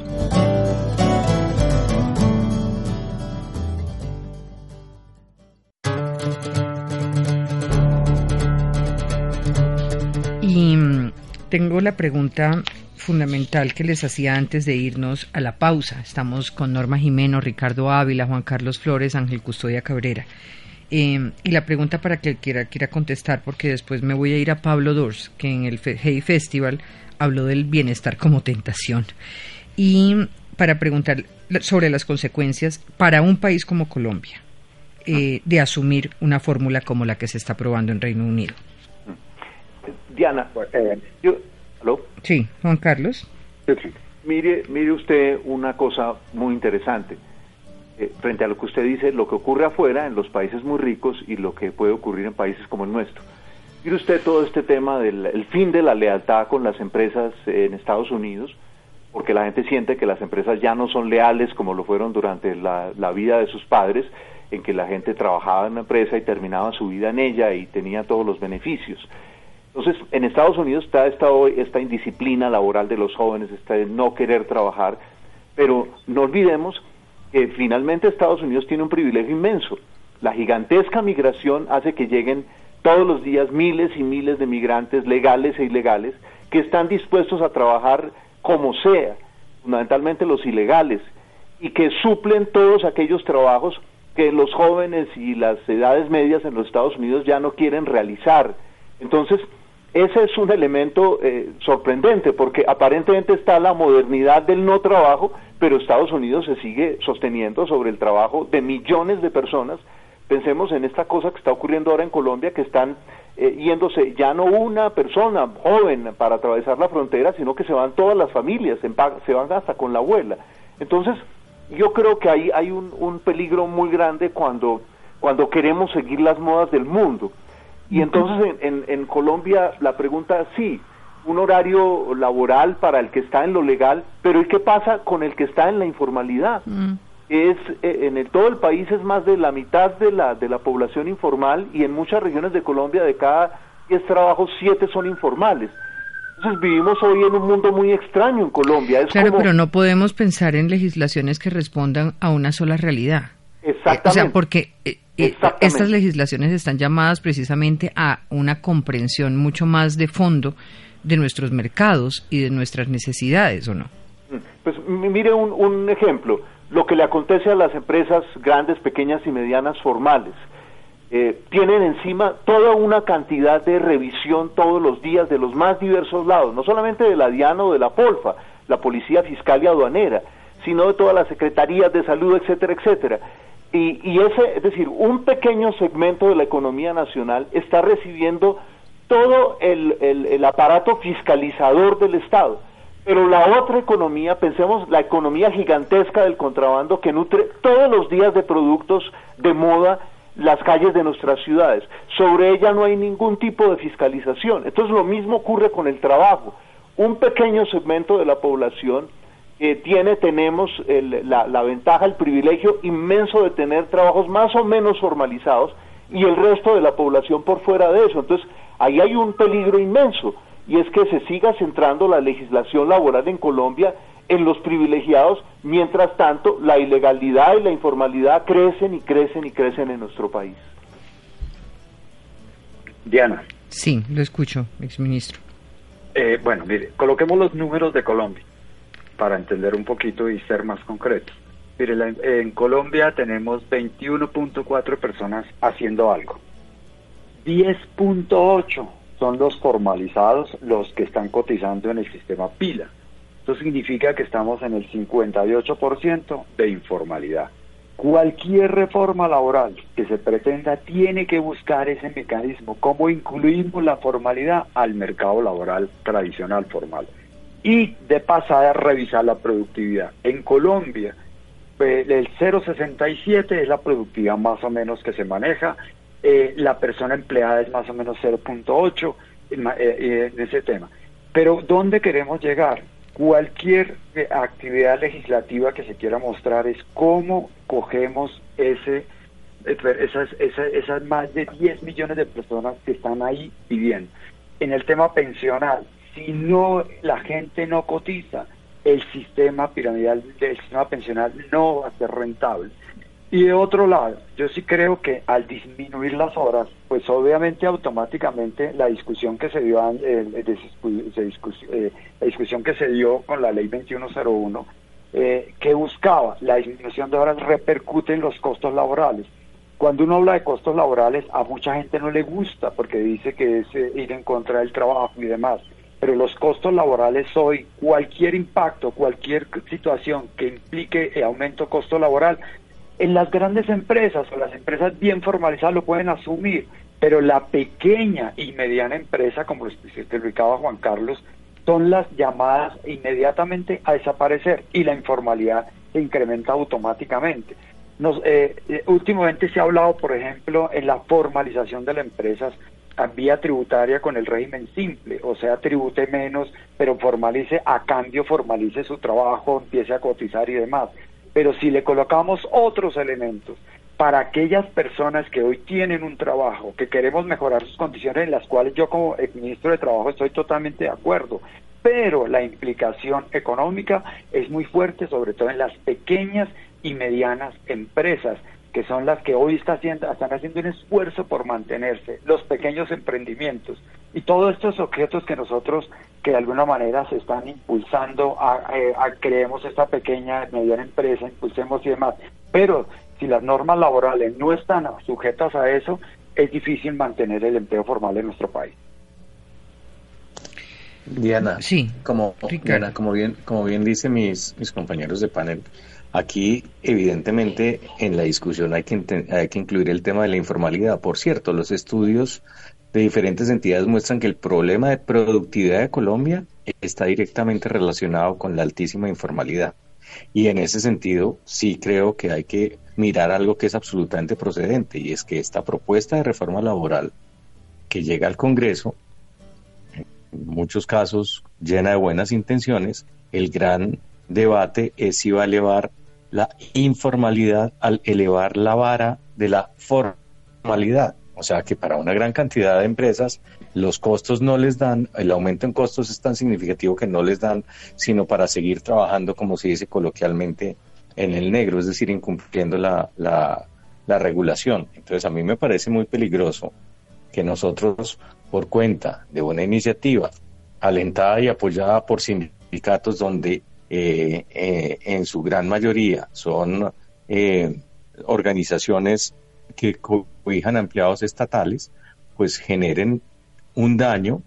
Y tengo la pregunta fundamental que les hacía antes de irnos a la pausa. Estamos con Norma Jimeno, Ricardo Ávila, Juan Carlos Flores, Ángel Custodia Cabrera. Y la pregunta para que quiera contestar, porque después me voy a ir a Pablo Dors, que en el Hey Festival habló del bienestar como tentación. Y para preguntar sobre las consecuencias para un país como Colombia de asumir una fórmula como la que se está probando en Reino Unido. Diana, ¿aló? Sí, Juan Carlos. Mire usted una cosa muy interesante. Frente a lo que usted dice, lo que ocurre afuera en los países muy ricos y lo que puede ocurrir en países como el nuestro. Mire usted todo este tema del fin de la lealtad con las empresas en Estados Unidos, porque la gente siente que las empresas ya no son leales como lo fueron durante la vida de sus padres, en que la gente trabajaba en una empresa y terminaba su vida en ella y tenía todos los beneficios. Entonces, en Estados Unidos está esta indisciplina laboral de los jóvenes, esta de no querer trabajar, pero no olvidemos que finalmente Estados Unidos tiene un privilegio inmenso. La gigantesca migración hace que lleguen todos los días miles y miles de migrantes legales e ilegales que están dispuestos a trabajar como sea, fundamentalmente los ilegales, y que suplen todos aquellos trabajos que los jóvenes y las edades medias en los Estados Unidos ya no quieren realizar. Entonces, ese es un elemento sorprendente, porque aparentemente está la modernidad del no trabajo, pero Estados Unidos se sigue sosteniendo sobre el trabajo de millones de personas. Pensemos en esta cosa que está ocurriendo ahora en Colombia, que están yéndose ya no una persona joven para atravesar la frontera, sino que se van todas las familias, se van hasta con la abuela. Entonces, yo creo que ahí hay un peligro muy grande cuando queremos seguir las modas del mundo. Y entonces en Colombia la pregunta, sí, un horario laboral para el que está en lo legal, pero ¿y qué pasa con el que está en la informalidad? Todo el país es más de la mitad de la población informal, y en muchas regiones de Colombia de cada 10 trabajos 7 son informales. Entonces vivimos hoy en un mundo muy extraño en Colombia. Claro, pero no podemos pensar en legislaciones que respondan a una sola realidad. Exactamente. O sea, porque estas legislaciones están llamadas precisamente a una comprensión mucho más de fondo de nuestros mercados y de nuestras necesidades, ¿o no? Pues mire un ejemplo, lo que le acontece a las empresas grandes, pequeñas y medianas formales. Tienen encima toda una cantidad de revisión todos los días de los más diversos lados, no solamente de la DIAN o de la POLFA, la Policía Fiscal y Aduanera, sino de todas las secretarías de salud, etcétera, etcétera. Es decir, un pequeño segmento de la economía nacional está recibiendo todo el aparato fiscalizador del Estado. Pero la otra economía, pensemos la economía gigantesca del contrabando que nutre todos los días de productos de moda las calles de nuestras ciudades. Sobre ella no hay ningún tipo de fiscalización. Entonces lo mismo ocurre con el trabajo. Un pequeño segmento de la población tenemos la ventaja, el privilegio inmenso de tener trabajos más o menos formalizados, y el resto de la población por fuera de eso. Entonces ahí hay un peligro inmenso, y es que se siga centrando la legislación laboral en Colombia en los privilegiados, mientras tanto la ilegalidad y la informalidad crecen y crecen y crecen en nuestro país. Diana. Sí, lo escucho, exministro. Bueno, mire, coloquemos los números de Colombia para entender un poquito y ser más concretos. Mire, en Colombia tenemos 21.4 personas haciendo algo. 10.8 son los formalizados, los que están cotizando en el sistema pila. Eso significa que estamos en el 58% de informalidad. Cualquier reforma laboral que se pretenda tiene que buscar ese mecanismo, cómo incluimos la formalidad al mercado laboral tradicional formal. Y de pasada revisar la productividad. En Colombia, el 0,67 es la productividad más o menos que se maneja, la persona empleada es más o menos 0,8 en ese tema. Pero ¿dónde queremos llegar? Cualquier actividad legislativa que se quiera mostrar es cómo cogemos esas más de 10 millones de personas que están ahí viviendo. En el tema pensional, si no la gente no cotiza, el sistema piramidal del sistema pensional no va a ser rentable. Y de otro lado, yo sí creo que al disminuir las horas, pues obviamente automáticamente la discusión que se dio la discusión que se dio con la ley 2101, que buscaba la disminución de horas, repercute en los costos laborales. Cuando uno habla de costos laborales, a mucha gente no le gusta porque dice que es ir en contra del trabajo y demás. Pero los costos laborales hoy, cualquier impacto, cualquier situación que implique aumento de costo laboral, en las grandes empresas o las empresas bien formalizadas lo pueden asumir, pero la pequeña y mediana empresa, como lo explicaba Juan Carlos, son las llamadas inmediatamente a desaparecer, y la informalidad se incrementa automáticamente. Últimamente se ha hablado, por ejemplo, en la formalización de las empresas vía tributaria con el régimen simple, o sea, tribute menos, pero formalice, a cambio formalice su trabajo, empiece a cotizar y demás. Pero si le colocamos otros elementos para aquellas personas que hoy tienen un trabajo, que queremos mejorar sus condiciones, en las cuales yo como ministro de Trabajo estoy totalmente de acuerdo, pero la implicación económica es muy fuerte, sobre todo en las pequeñas y medianas empresas, que son las que hoy están haciendo un esfuerzo por mantenerse, los pequeños emprendimientos y todos estos objetos que nosotros, que de alguna manera se están impulsando creemos esta pequeña y mediana empresa, impulsemos y demás. Pero si las normas laborales no están sujetas a eso, es difícil mantener el empleo formal en nuestro país. Diana, sí, como bien dicen mis compañeros de panel, aquí evidentemente en la discusión hay que incluir el tema de la informalidad. Por cierto, los estudios de diferentes entidades muestran que el problema de productividad de Colombia está directamente relacionado con la altísima informalidad. Y en ese sentido, sí creo que hay que mirar algo que es absolutamente procedente, y es que esta propuesta de reforma laboral que llega al Congreso, en muchos casos llena de buenas intenciones, el gran debate es si va a elevar la informalidad al elevar la vara de la formalidad. O sea que para una gran cantidad de empresas los costos no les dan, el aumento en costos es tan significativo que no les dan, sino para seguir trabajando, como se dice coloquialmente, en el negro, es decir, incumpliendo la regulación. Entonces a mí me parece muy peligroso que nosotros, por cuenta de una iniciativa alentada y apoyada por sindicatos donde en su gran mayoría son organizaciones que cobijan a empleados estatales, pues generen un daño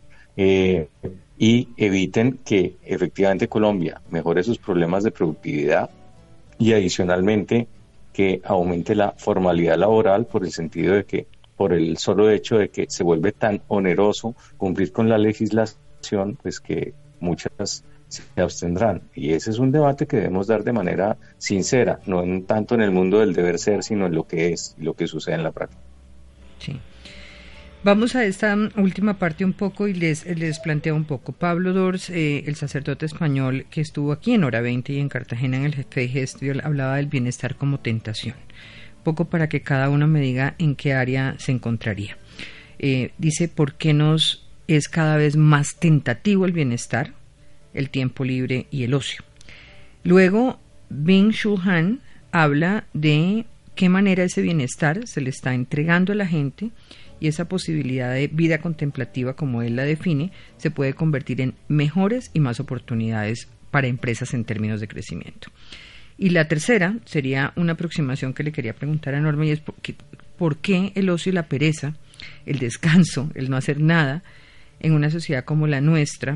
y eviten que efectivamente Colombia mejore sus problemas de productividad y adicionalmente que aumente la formalidad laboral, por el sentido de que, por el solo hecho de que se vuelve tan oneroso cumplir con la legislación, pues que muchas se abstendrán. Y ese es un debate que debemos dar de manera sincera, no tanto en el mundo del deber ser, sino en lo que es y lo que sucede en la práctica. Sí. Vamos a esta última parte un poco y les planteo un poco. Pablo Dors, el sacerdote español que estuvo aquí en Hora 20 y en Cartagena en el Fe y Gestión, hablaba del bienestar como tentación. Poco para que cada uno me diga en qué área se encontraría. Dice, ¿por qué nos es cada vez más tentativo el bienestar, el tiempo libre y el ocio? Luego, Byung-Chul Han habla de qué manera ese bienestar se le está entregando a la gente, y esa posibilidad de vida contemplativa, como él la define, se puede convertir en mejores y más oportunidades para empresas en términos de crecimiento. Y la tercera sería una aproximación que le quería preguntar a Norma, y es ¿por qué el ocio y la pereza, el descanso, el no hacer nada, en una sociedad como la nuestra?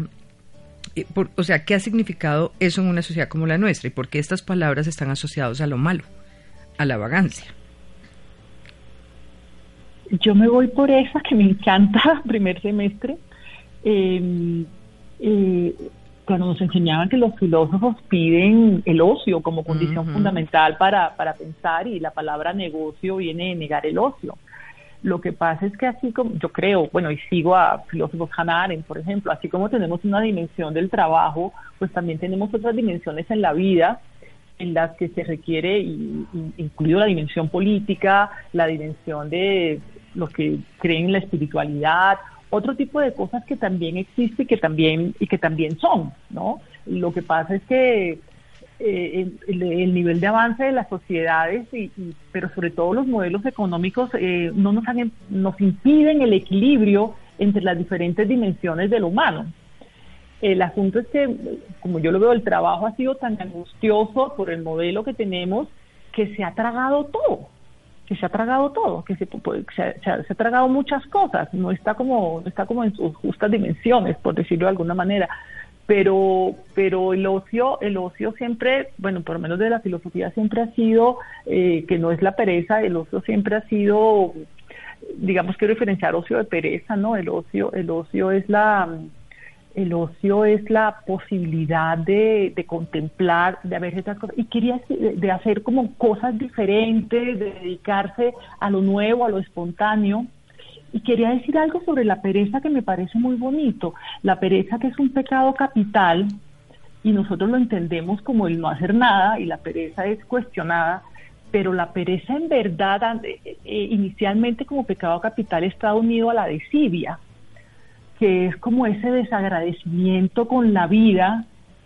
O sea, ¿qué ha significado eso en una sociedad como la nuestra? ¿Y por qué estas palabras están asociadas a lo malo, a la vagancia? Yo me voy por esa que me encanta, primer semestre. Cuando nos enseñaban que los filósofos piden el ocio como condición fundamental para pensar, y la palabra negocio viene de negar el ocio. Lo que pasa es que así como, yo creo, bueno, y sigo a filósofos, Hannah Arendt, por ejemplo, así como tenemos una dimensión del trabajo, pues también tenemos otras dimensiones en la vida en las que se requiere, incluido la dimensión política, la dimensión de los que creen en la espiritualidad, otro tipo de cosas que también existe y que también son, ¿no? Lo que pasa es que el nivel de avance de las sociedades, pero sobre todo los modelos económicos, nos impiden el equilibrio entre las diferentes dimensiones de lo humano. El asunto es que, como yo lo veo, el trabajo ha sido tan angustioso por el modelo que tenemos, que se ha tragado todo, que se ha tragado muchas cosas, no está como en sus justas dimensiones, por decirlo de alguna manera. Pero el ocio siempre, bueno, por lo menos de la filosofía, siempre ha sido, que no es la pereza, el ocio siempre ha sido, digamos, quiero diferenciar ocio de pereza, ¿no? El ocio es la posibilidad de contemplar, de ver estas cosas, y de hacer como cosas diferentes, de dedicarse a lo nuevo, a lo espontáneo. Y quería decir algo sobre la pereza que me parece muy bonito. La pereza, que es un pecado capital, y nosotros lo entendemos como el no hacer nada, y la pereza es cuestionada, pero la pereza en verdad, inicialmente como pecado capital, está unido a la desidia, que es como ese desagradecimiento con la vida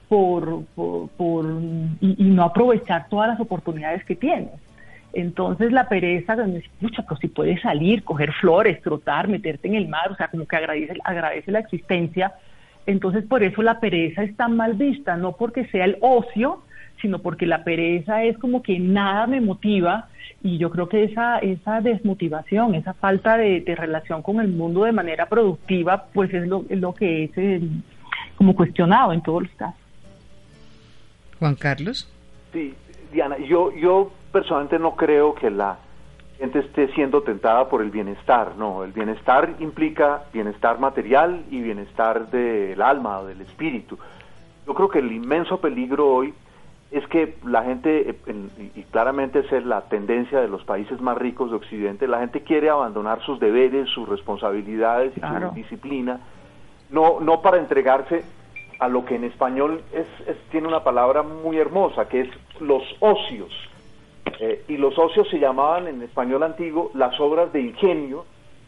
y no aprovechar todas las oportunidades que tienes. Entonces la pereza, pucha, pues si puedes salir, coger flores, trotar, meterte en el mar, o sea, como que agradece la existencia. Entonces por eso la pereza es tan mal vista, no porque sea el ocio, sino porque la pereza es como que nada me motiva, y yo creo que esa desmotivación, esa falta de relación con el mundo de manera productiva, pues es lo que es como cuestionado en todos los casos. Juan Carlos. Sí, Diana, yo personalmente no creo que la gente esté siendo tentada por el bienestar. No, el bienestar implica bienestar material y bienestar del alma o del espíritu. Yo creo que el inmenso peligro hoy es que la gente, y claramente esa es la tendencia de los países más ricos de Occidente, la gente quiere abandonar sus deberes, sus responsabilidades y su disciplina, no para entregarse a lo que en español tiene una palabra muy hermosa, que es los ocios. Y los ocios se llamaban en español antiguo las obras de ingenio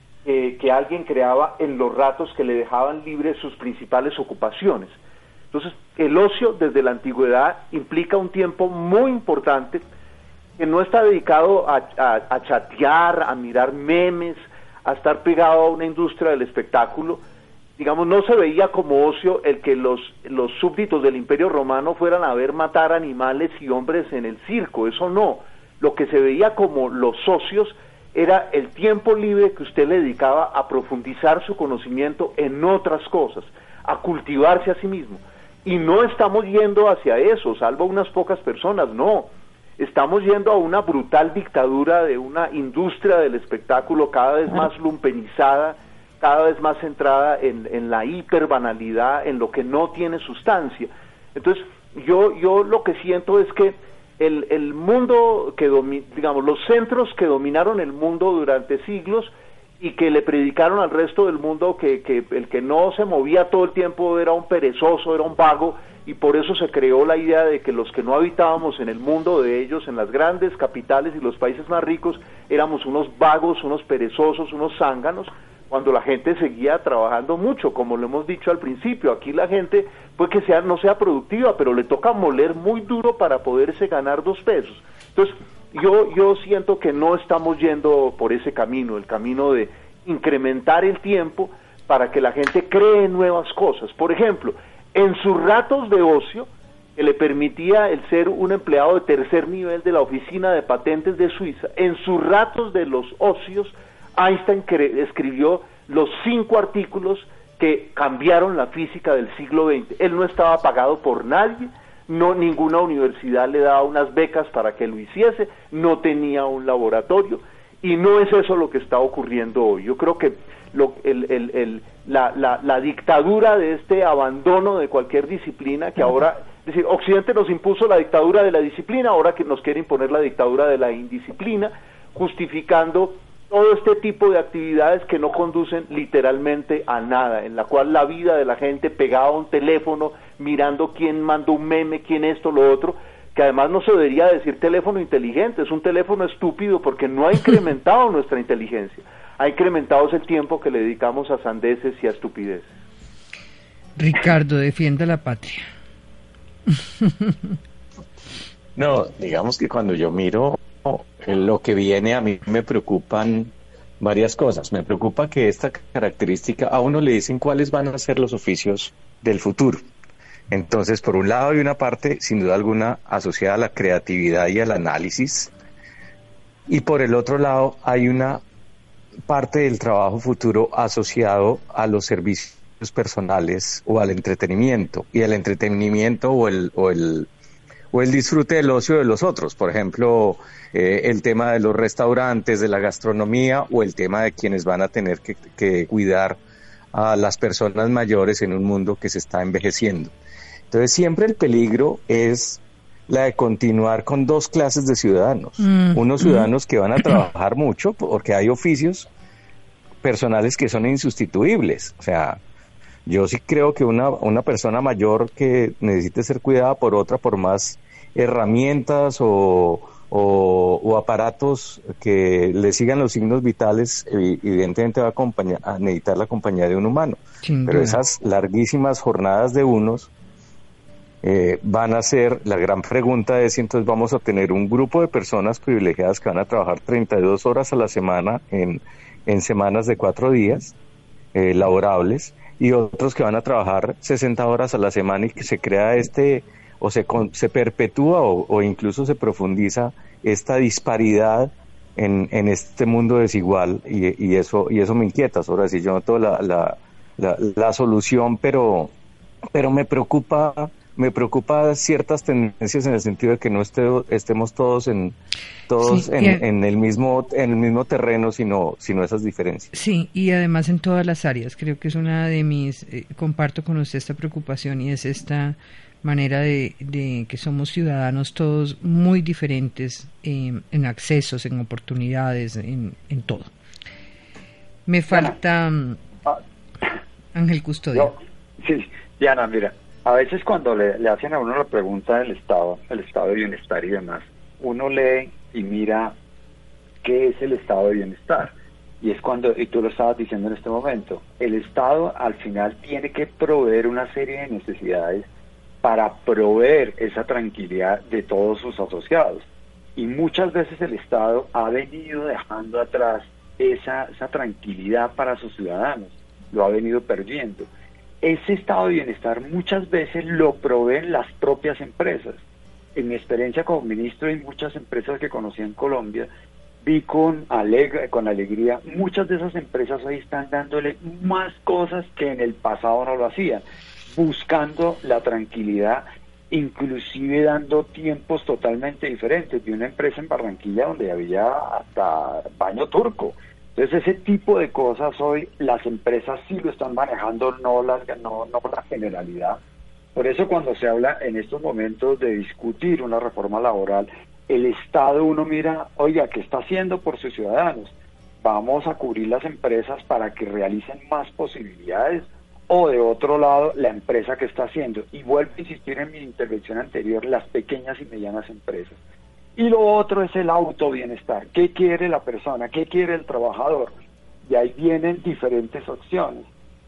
que alguien creaba en los ratos que le dejaban libres sus principales ocupaciones. Entonces, el ocio desde la antigüedad implica un tiempo muy importante que no está dedicado a chatear, a mirar memes, a estar pegado a una industria del espectáculo. Digamos, no se veía como ocio el que los súbditos del Imperio Romano fueran a ver matar animales y hombres en el circo, eso no. Lo que se veía como los ocios era el tiempo libre que usted le dedicaba a profundizar su conocimiento en otras cosas, a cultivarse a sí mismo. Y no estamos yendo hacia eso, salvo unas pocas personas, no. Estamos yendo a una brutal dictadura de una industria del espectáculo cada vez más lumpenizada, cada vez más centrada en la hiperbanalidad, en lo que no tiene sustancia. Entonces, yo lo que siento es que el mundo que digamos, los centros que dominaron el mundo durante siglos y que le predicaron al resto del mundo que el que no se movía todo el tiempo era un perezoso, era un vago, y por eso se creó la idea de que los que no habitábamos en el mundo de ellos, en las grandes capitales y los países más ricos, éramos unos vagos, unos perezosos, unos zánganos, cuando la gente seguía trabajando mucho, como lo hemos dicho al principio. Aquí la gente puede que no sea productiva, pero le toca moler muy duro para poderse ganar 2 pesos. Entonces, yo siento que no estamos yendo por ese camino, el camino de incrementar el tiempo para que la gente cree nuevas cosas. Por ejemplo, en sus ratos de ocio, que le permitía el ser un empleado de tercer nivel de la oficina de patentes de Suiza, en sus ratos de los ocios, Einstein escribió los 5 artículos que cambiaron la física del siglo XX. Él no estaba pagado por nadie, ninguna universidad le daba unas becas para que lo hiciese, no tenía un laboratorio, y no es eso lo que está ocurriendo hoy. Yo creo que la dictadura de este abandono de cualquier disciplina, que ahora, es decir, Occidente nos impuso la dictadura de la disciplina, ahora que nos quiere imponer la dictadura de la indisciplina, justificando todo este tipo de actividades que no conducen literalmente a nada, en la cual la vida de la gente pegada a un teléfono, mirando quién mandó un meme, quién esto, lo otro, que además no se debería decir teléfono inteligente, es un teléfono estúpido porque no ha incrementado nuestra inteligencia, ha incrementado el tiempo que le dedicamos a sandeces y a estupideces. Ricardo, defienda la patria. No, digamos que cuando yo miro lo que viene, a mí me preocupan varias cosas. Me preocupa que esta característica, a uno le dicen cuáles van a ser los oficios del futuro. Entonces, por un lado hay una parte, sin duda alguna, asociada a la creatividad y al análisis, y por el otro lado hay una parte del trabajo futuro asociado a los servicios personales o al entretenimiento, y el entretenimiento o el disfrute del ocio de los otros. Por ejemplo, el tema de los restaurantes, de la gastronomía, o el tema de quienes van a tener que cuidar a las personas mayores en un mundo que se está envejeciendo. Entonces, siempre el peligro es la de continuar con 2 clases de ciudadanos. Unos ciudadanos que van a trabajar mucho, porque hay oficios personales que son insustituibles. O sea, yo sí creo que una persona mayor que necesite ser cuidada por otra, por más herramientas o aparatos que le sigan los signos vitales, evidentemente va a necesitar la compañía de un humano. Pero esas larguísimas jornadas de unos van a ser, la gran pregunta es si entonces vamos a tener un grupo de personas privilegiadas que van a trabajar 32 horas a la semana en semanas de 4 días laborables, y otros que van a trabajar 60 horas a la semana, y que se crea o se perpetúa o incluso se profundiza esta disparidad en este mundo desigual, y eso me inquieta. Ahora sí, yo noto la solución, pero me preocupa me preocupa ciertas tendencias en el sentido de que no estemos todos en el mismo terreno, sino esas diferencias. Sí, y además en todas las áreas. Creo que es una de mis, comparto con usted esta preocupación, y es esta manera de que somos ciudadanos todos muy diferentes en accesos, en oportunidades, en todo. Me falta Ángel Custodio. Sí, Diana, mira, a veces cuando le hacen a uno la pregunta del estado de bienestar y demás, uno lee y mira qué es el estado de bienestar. Y es cuando, y tú lo estabas diciendo en este momento, el Estado al final tiene que proveer una serie de necesidades para proveer esa tranquilidad de todos sus asociados. Y muchas veces el Estado ha venido dejando atrás esa tranquilidad para sus ciudadanos, lo ha venido perdiendo. Ese estado de bienestar muchas veces lo proveen las propias empresas. En mi experiencia como ministro y muchas empresas que conocí en Colombia, vi con alegría, muchas de esas empresas hoy están dándole más cosas que en el pasado no lo hacían, buscando la tranquilidad, inclusive dando tiempos totalmente diferentes. Vi una empresa en Barranquilla donde había hasta baño turco. Entonces ese tipo de cosas hoy las empresas sí lo están manejando, no la generalidad. Por eso cuando se habla en estos momentos de discutir una reforma laboral, el Estado, uno mira, oiga, ¿qué está haciendo por sus ciudadanos? Vamos a cubrir las empresas para que realicen más posibilidades, o de otro lado, la empresa que está haciendo. Y vuelvo a insistir en mi intervención anterior, las pequeñas y medianas empresas. Y lo otro es el autobienestar. ¿Qué quiere la persona? ¿Qué quiere el trabajador? Y ahí vienen diferentes opciones.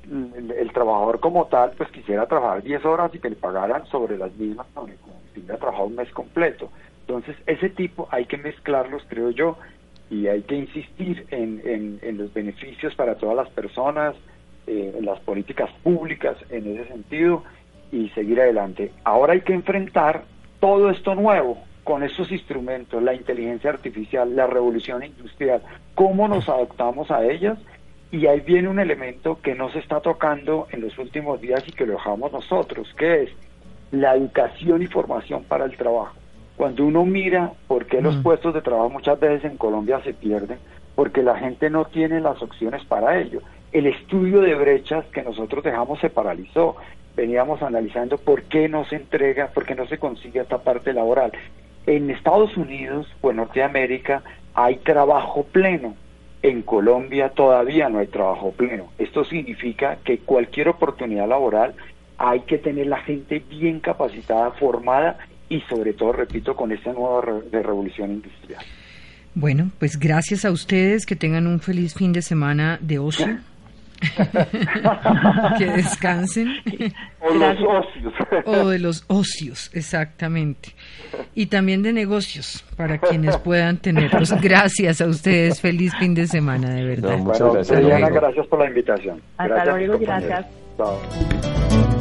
El trabajador como tal, pues quisiera trabajar 10 horas y que le pagaran sobre las mismas, como si hubiera trabajado un mes completo. Entonces, ese tipo hay que mezclarlos, creo yo, y hay que insistir en los beneficios para todas las personas, en las políticas públicas en ese sentido, y seguir adelante. Ahora hay que enfrentar todo esto nuevo, con estos instrumentos, la inteligencia artificial, la revolución industrial, cómo nos adaptamos a ellas. Y ahí viene un elemento que no se está tocando en los últimos días y que lo dejamos nosotros, que es la educación y formación para el trabajo. Cuando uno mira por qué los puestos de trabajo muchas veces en Colombia se pierden, porque la gente no tiene las opciones para ello. El estudio de brechas que nosotros dejamos se paralizó. Veníamos analizando por qué no se entrega, por qué no se consigue esta parte laboral. En Estados Unidos o en Norteamérica hay trabajo pleno. En Colombia todavía no hay trabajo pleno. Esto significa que cualquier oportunidad laboral hay que tener la gente bien capacitada, formada y sobre todo, repito, con esta nueva revolución industrial. Bueno, pues gracias a ustedes, que tengan un feliz fin de semana de ocio. Que descansen. O los ocios. O de los ocios, exactamente. Y también de negocios, para quienes puedan tenerlos. Gracias a ustedes, feliz fin de semana, de verdad. No, muchas gracias. Diana, gracias por la invitación. Hasta luego, gracias. Chao.